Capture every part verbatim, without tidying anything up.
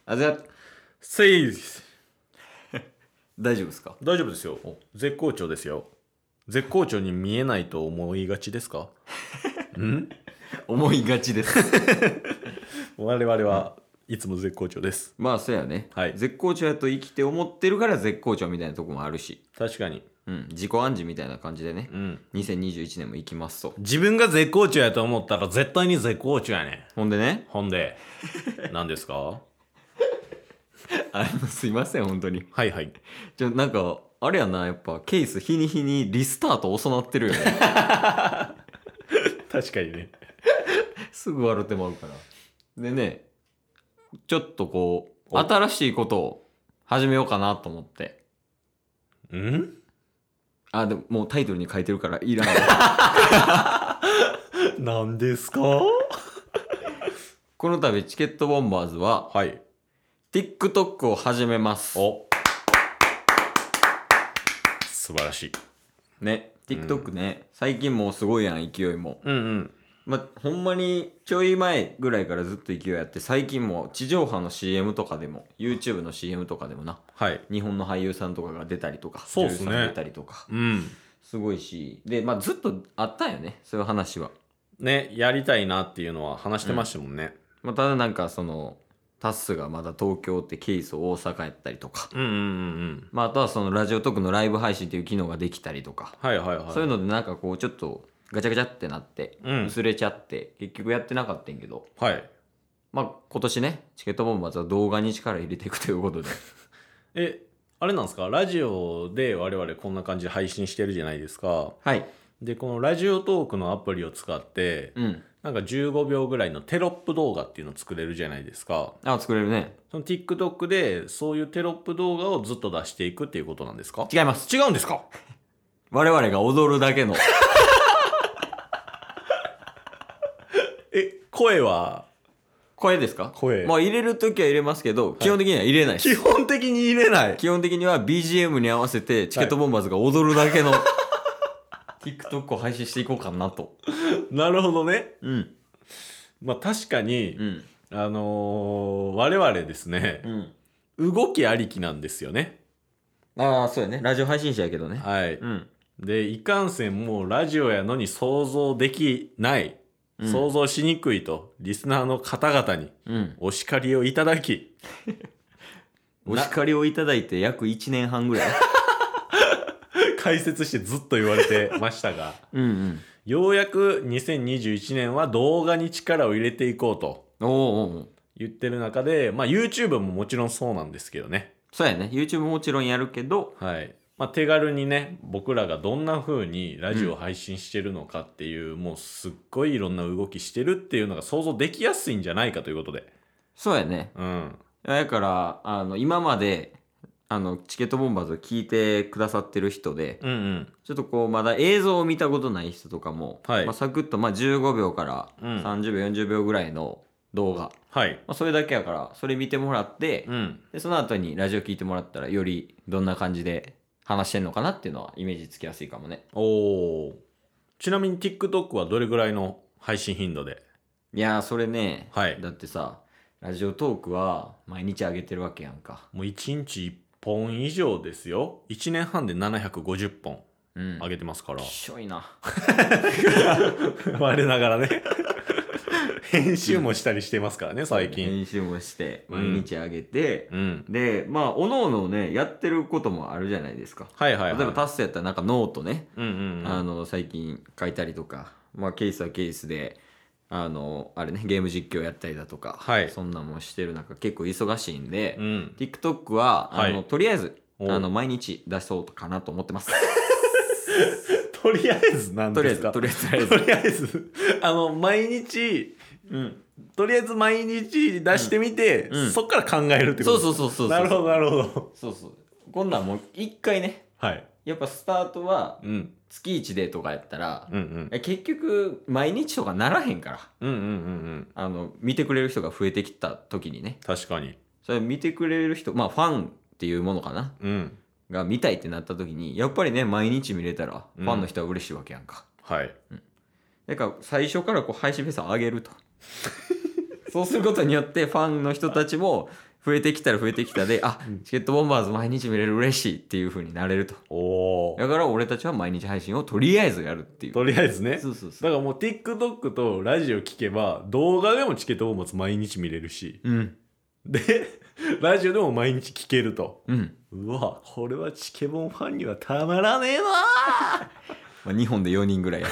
あざせい大丈夫ですか？ 大丈夫ですよ。絶好調ですよ。絶好調に見えないと思いがちですか？ん思いがちです我々はいつも絶好調です。 まあそうやね、 はい絶好調やと生きて思ってるから絶好調みたいなとこもあるし、 確かに。 うん、自己暗示みたいな感じでね、 うん。 にせんにじゅういちねんも行きますと。 自分が絶好調やと思ったら絶対に絶好調やね。 ほんでね、 ほんで、何ですか？ あのすいません本当に、 はいはい。 ちょなんかあれやな、やっぱケース日に日にリスタート遅なってるよね確かにね。 すぐ笑ってまうからでね、ちょっとこうお新しいことを始めようかなと思って。 んあ、でももうタイトルに書いてるからいらない何ですか？ この度チケットボンバーズははい。 TikTok を始めます。 お素晴らしい。 ね、TikTok ね、うん、最近もうすごいやん勢いも。 うんうん。 まあ、ほんまにちょい前ぐらいからずっと勢いあって、最近も地上波の シーエム とかでも YouTube の シーエム とかでもな、 はい、 日本の俳優さんとかが出たりとか、 そうっすね、 女優さん出たりとか、 うん、 すごいし、で、まあ、ずっとあったんよね、そういう話はね。やりたいなっていうのは話してましたもんね、 うん、まあ、ただなんかそのタスがまだ東京ってケース大阪やったりとか、 うんうんうんうん、 まあ、あとはそのラジオトークのライブ配信っていう機能ができたりとか、 はいはいはい、 そういうのでなんかこうちょっとガチャガチャってなって、うん、薄れちゃって結局やってなかったんけど、 はい、 まあ今年ねチケットボンバーズは動画に力入れていくということでえあれなんですか、ラジオで我々こんな感じで配信してるじゃないですか。 はい。 でこのラジオトークのアプリを使って、うん、なんかじゅうごびょうぐらいのテロップ動画っていうのを作れるじゃないですか。 あ、作れるね。 その TikTok でそういうテロップ動画をずっと出していくっていうことなんですか？ 違います。 違うんですか？ 我々が踊るだけのえ、声は声ですか？ 声。 まあ入れるときは入れますけど、はい、基本的には入れないです。 基本的に入れない。 基本的には ビージーエム に合わせてチケットボンバーズが踊るだけの、はい、TikTok を配信していこうかなと。 なるほどね。 うん。 まあ確かに、うん、あのー、我々ですね、うん、動きありきなんですよね。 ああ、そうやね。ラジオ配信者やけどね。 はい。うん、で、いかんせんもうラジオやのに想像できない。うん、想像しにくいとリスナーの方々にお叱りをいただき、 うん、お叱りをいただいて約いちねんはんぐらい解説してずっと言われてましたがうん、うん、ようやくにせんにじゅういちねんは動画に力を入れていこうと言ってる中で、まあ YouTube ももちろんそうなんですけどね。 そうやね。 YouTube ももちろんやるけど、 はい、まあ、手軽にね僕らがどんな風にラジオを配信してるのかっていう、うん、もうすっごいいろんな動きしてるっていうのが想像できやすいんじゃないかということで。 そうやね。うんだからあの今まであのチケットボンバーズを聞いてくださってる人で、うんうん、ちょっとこうまだ映像を見たことない人とかも、はいまあ、サクッとまあじゅうごびょうからさんじゅうびょう、うん、よんじゅうびょうぐらいの動画、はいまあ、それだけやからそれ見てもらって、うん、でその後にラジオ聞いてもらったらよりどんな感じで話してんのかなっていうのはイメージつきやすいかもね。 おー。ちなみに TikTok はどれぐらいの配信頻度で？ いやーそれね、はい、だってさラジオトークは毎日上げてるわけやんか。 もういちにちいっぽん以上ですよ。いちねんはんでななひゃくごじゅっぽん上げてますから、うん、 きしょいな我ながらね編集もしたりしてますからね最近。 編集もして毎日上げて、うん、でまあおのおのねやってることもあるじゃないですか。はいはいはい、例えばタスやったらなんかノートね、うんうんうん、あの最近書いたりとか、まあケースはケースであのあれねゲーム実況やったりだとか、はい、そんなんもしてる中結構忙しいんで、うん、TikTok はあの、はい、とりあえずあの毎日出そうかなと思ってますとりあえずなんですか？ とりあえずとりあえずあの毎日、うん、とりあえず毎日出してみて、うん、そっから考えるってことですか？ そうそうそうそう。 なるほどなるほど。 そうそう。今度はもう一回ね、はい、やっぱスタートは月いちでとかやったら、うんうん、結局毎日とかならへんから、うんうんうんうん、あの見てくれる人が増えてきた時にね。 確かに。 それ見てくれる人、まあファンっていうものかな、うん、が見たいってなった時にやっぱりね毎日見れたらファンの人は嬉しいわけやんか。うん、はい。うん、だから最初からこう配信ペースを上げるとそうすることによってファンの人たちも増えてきたら増えてきたで、あ、チケットボンバーズ毎日見れる嬉しいっていう風になれると。おだから俺たちは毎日配信をとりあえずやるっていう。 とりあえずね。 そうそうそう。 だからもう TikTok とラジオ聞けば動画でもチケットボンバーズ毎日見れるし、うん、でラジオでも毎日聞けると。うん。うわ、これはチケボンファンにはたまらねえなまあにほんでよにんぐらいや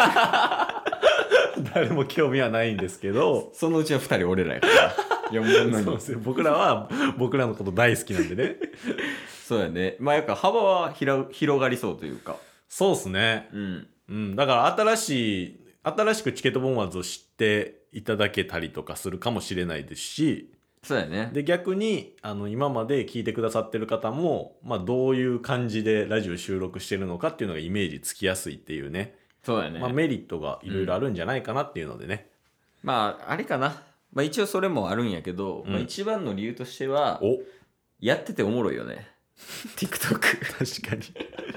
って誰も興味はないんですけど、 そのうちはふたり俺らやから読むのに。そうですよ。僕らは僕らのこと大好きなんでね。 そうやね。まあやっぱ幅はひら広がりそうというか。 そうっすね。うん。うん。だから新しい新しくチケットボンバーズを知っていただけたりとかするかもしれないですし。 そうやね。 で逆にあの今まで聞いてくださってる方も、まあ、どういう感じでラジオ収録してるのかっていうのがイメージつきやすいっていうね。 そうやね。 まあ、メリットがいろいろあるんじゃないかなっていうのでね。 うん、まああれかな。まあ、一応それもあるんやけど、うん、まあ、一番の理由としてはやってておもろいよね。TikTok 確かに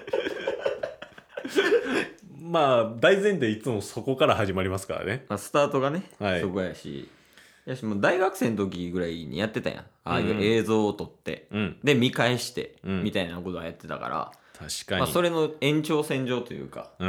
まあ大前提いつもそこから始まりますからね。 まあ、スタートがね、はい、そこやし。やしもう大学生の時ぐらいにやってたやん。ああいう映像を撮って、うん、で見返して、うん、みたいなことはやってたから、 確かに、 まあ、それの延長線上というか、うん、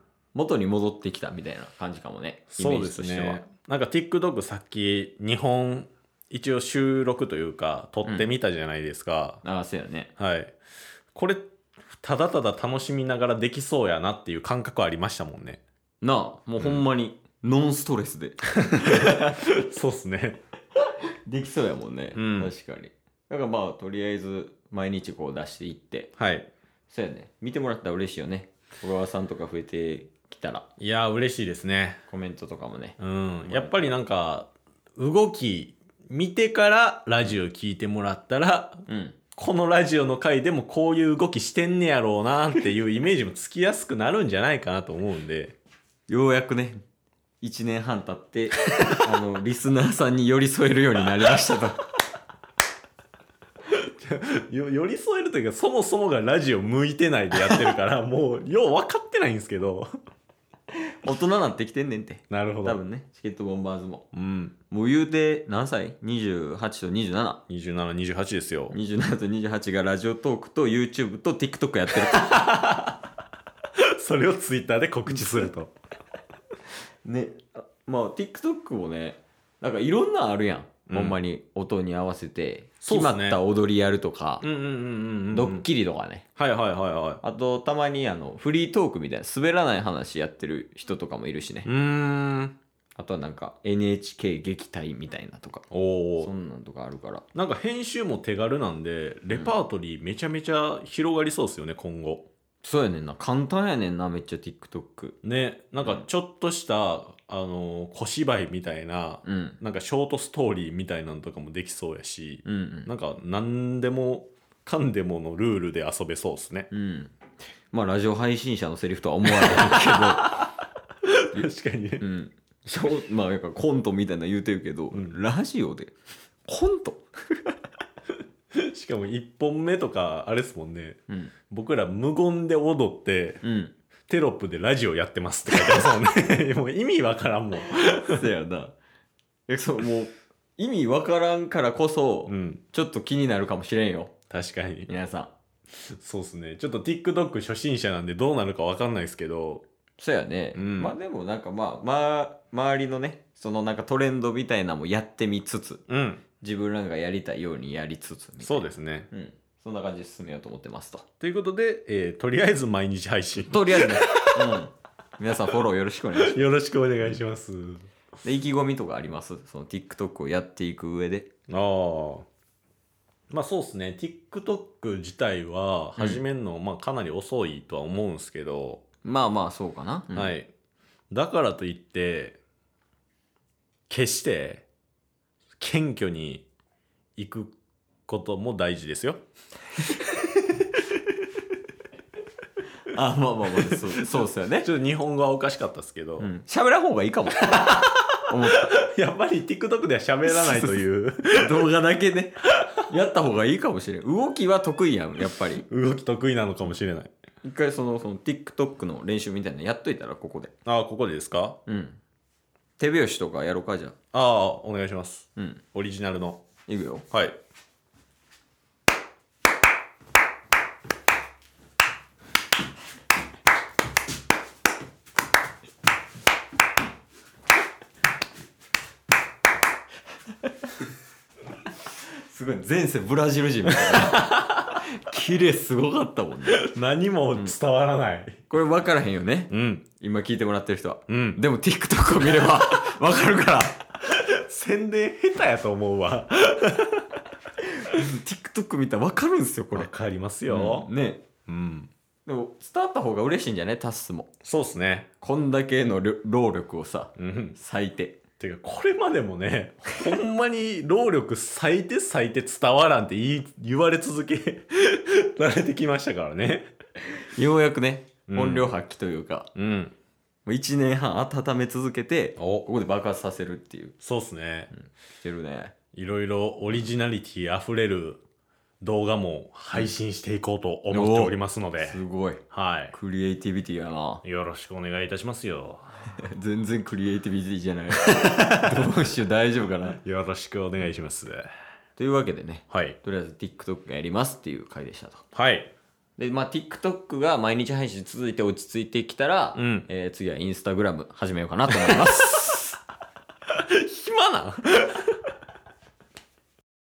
元に戻ってきたみたいな感じかもね。イメージとしては。そうですね。 なんか TikTok さっきにほん一応収録というか撮ってみたじゃないですか。 うん、ああそうやね。 はい。これただただ楽しみながらできそうやなっていう感覚ありましたもんね。 なあもうほんまに、うんノンストレスでそうっすねできそうやもんね、うん、確かに。だからまあとりあえず毎日こう出していってはいそうやね見てもらったら嬉しいよね。小川さんとか増えてきたら。 いや嬉しいですね。 コメントとかもね、 うん、やっぱりなんか動き見てからラジオ聞いてもらったら、うん、このラジオの回でもこういう動きしてんねやろうなっていうイメージもつきやすくなるんじゃないかなと思うんでようやくねいちねんはん経ってあのリスナーさんに寄り添えるようになりましたとよ寄り添えるというかそもそもがラジオ向いてないでやってるからもうよう分かってないんですけど大人なってきてんねんて。 なるほど。 多分ねチケットボンバーズも、うん、もう言うて何歳 ?にじゅうはちとにじゅうななにじゅうなな、にじゅうはちですよ。 にじゅうななとにじゅうはちがラジオトークと YouTube と TikTok やってるそれを Twitter で告知するとね、まあ TikTok もねなんかいろんなあるやん、うん、ほんまに音に合わせて決まった踊りやるとかドッキリとかねはいはいはいはい。 あとたまにあのフリートークみたいな滑らない話やってる人とかもいるしね。うーんあとはなんか エヌエイチケー 撃退みたいなとかおそんなんとかあるからなんか編集も手軽なんでレパートリーめちゃめちゃ広がりそうですよね、うん、今後。 そうやねんな簡単やねんなめっちゃ TikTok ね。なんかちょっとした、うん、あの小芝居みたいな、うん、なんかショートストーリーみたいなのとかもできそうやし、うんうん、なんか何でもかんでものルールで遊べそうですね、 うん、まあラジオ配信者のセリフとは思わないけど確かにね、うん、 まあなんかコントみたいな言うてるけど、うん、ラジオでコントしかもいっぽんめとかあれですもんね、うん、僕ら無言で踊って、うん、テロップでラジオやってますって書いてますもんねもう意味わからんもんそうやなえそうもう意味わからんからこそ、うん、ちょっと気になるかもしれんよ。 確かに皆さんそうっすね。ちょっと TikTok 初心者なんでどうなるかわかんないですけどそうやね、うん、まあでもなんかまあ、まあ、周りのねそのなんかトレンドみたいなのもやってみつつ、うん、自分らがやりたいようにやりつつみたいな。 そうですね、 うん、そんな感じで進めようと思ってますと。 ということで、えー、とりあえず毎日配信とりあえずね、うん、皆さんフォローよろしくお願いしますよろしくお願いします。 で意気込みとかあります？その TikTok をやっていく上で。 ああまあそうですね TikTok 自体は始めるの、うん、まあかなり遅いとは思うんですけどまあまあそうかな、 うん、はいだからといって決して謙虚に行くことも大事ですよあまあまあまあそうそうですよねちょっと日本語はおかしかったですけど喋、うん、らん方がいいかも思ったやっぱり TikTok では喋らないという動画だけねやった方がいいかもしれん。動きは得意やんやっぱり動き得意なのかもしれない。 一回そのその TikTok の練習みたいなのやっといたらここで。 ああここでですか。 うん手拍子とかやろうかじゃあ。ああお願いします。うんオリジナルのいくよ。 はいすごい前世ブラジル人みたいな綺麗すごかったもんね。 何も伝わらない、 うん、これ分からへんよね、 うん、 今聞いてもらってる人は、 うん、 でも TikTok を見れば分かるから宣伝下手やと思うわ TikTok 見たら分かるんですよこれ。 分かりますよ、 うん、ね、 うん、 でも伝わった方が嬉しいんじゃない？タッスも。 そうっすね。 こんだけの労力をさ、 うん、 割いて。 てかこれまでもねほんまに労力割いて割いて伝わらんって言い言われ続けられてきましたからね。 ようやくね本領発揮というか、 うん、 もういちねんはん温め続けてここで爆発させるっていう。 そうっすね、 うん、してるね。 いろいろオリジナリティあふれる動画も配信していこうと思っておりますので、 すごい、 はい、 クリエイティビティやな。 よろしくお願いいたしますよ全然クリエイティビティじゃないどうしよう大丈夫かな。 よろしくお願いします。 というわけでね、 はい、 とりあえず TikTok やりますっていう回でしたと。 はい。 でまあ TikTok が毎日配信続いて落ち着いてきたら、うん、えー、次は Instagram 始めようかなと思います暇なん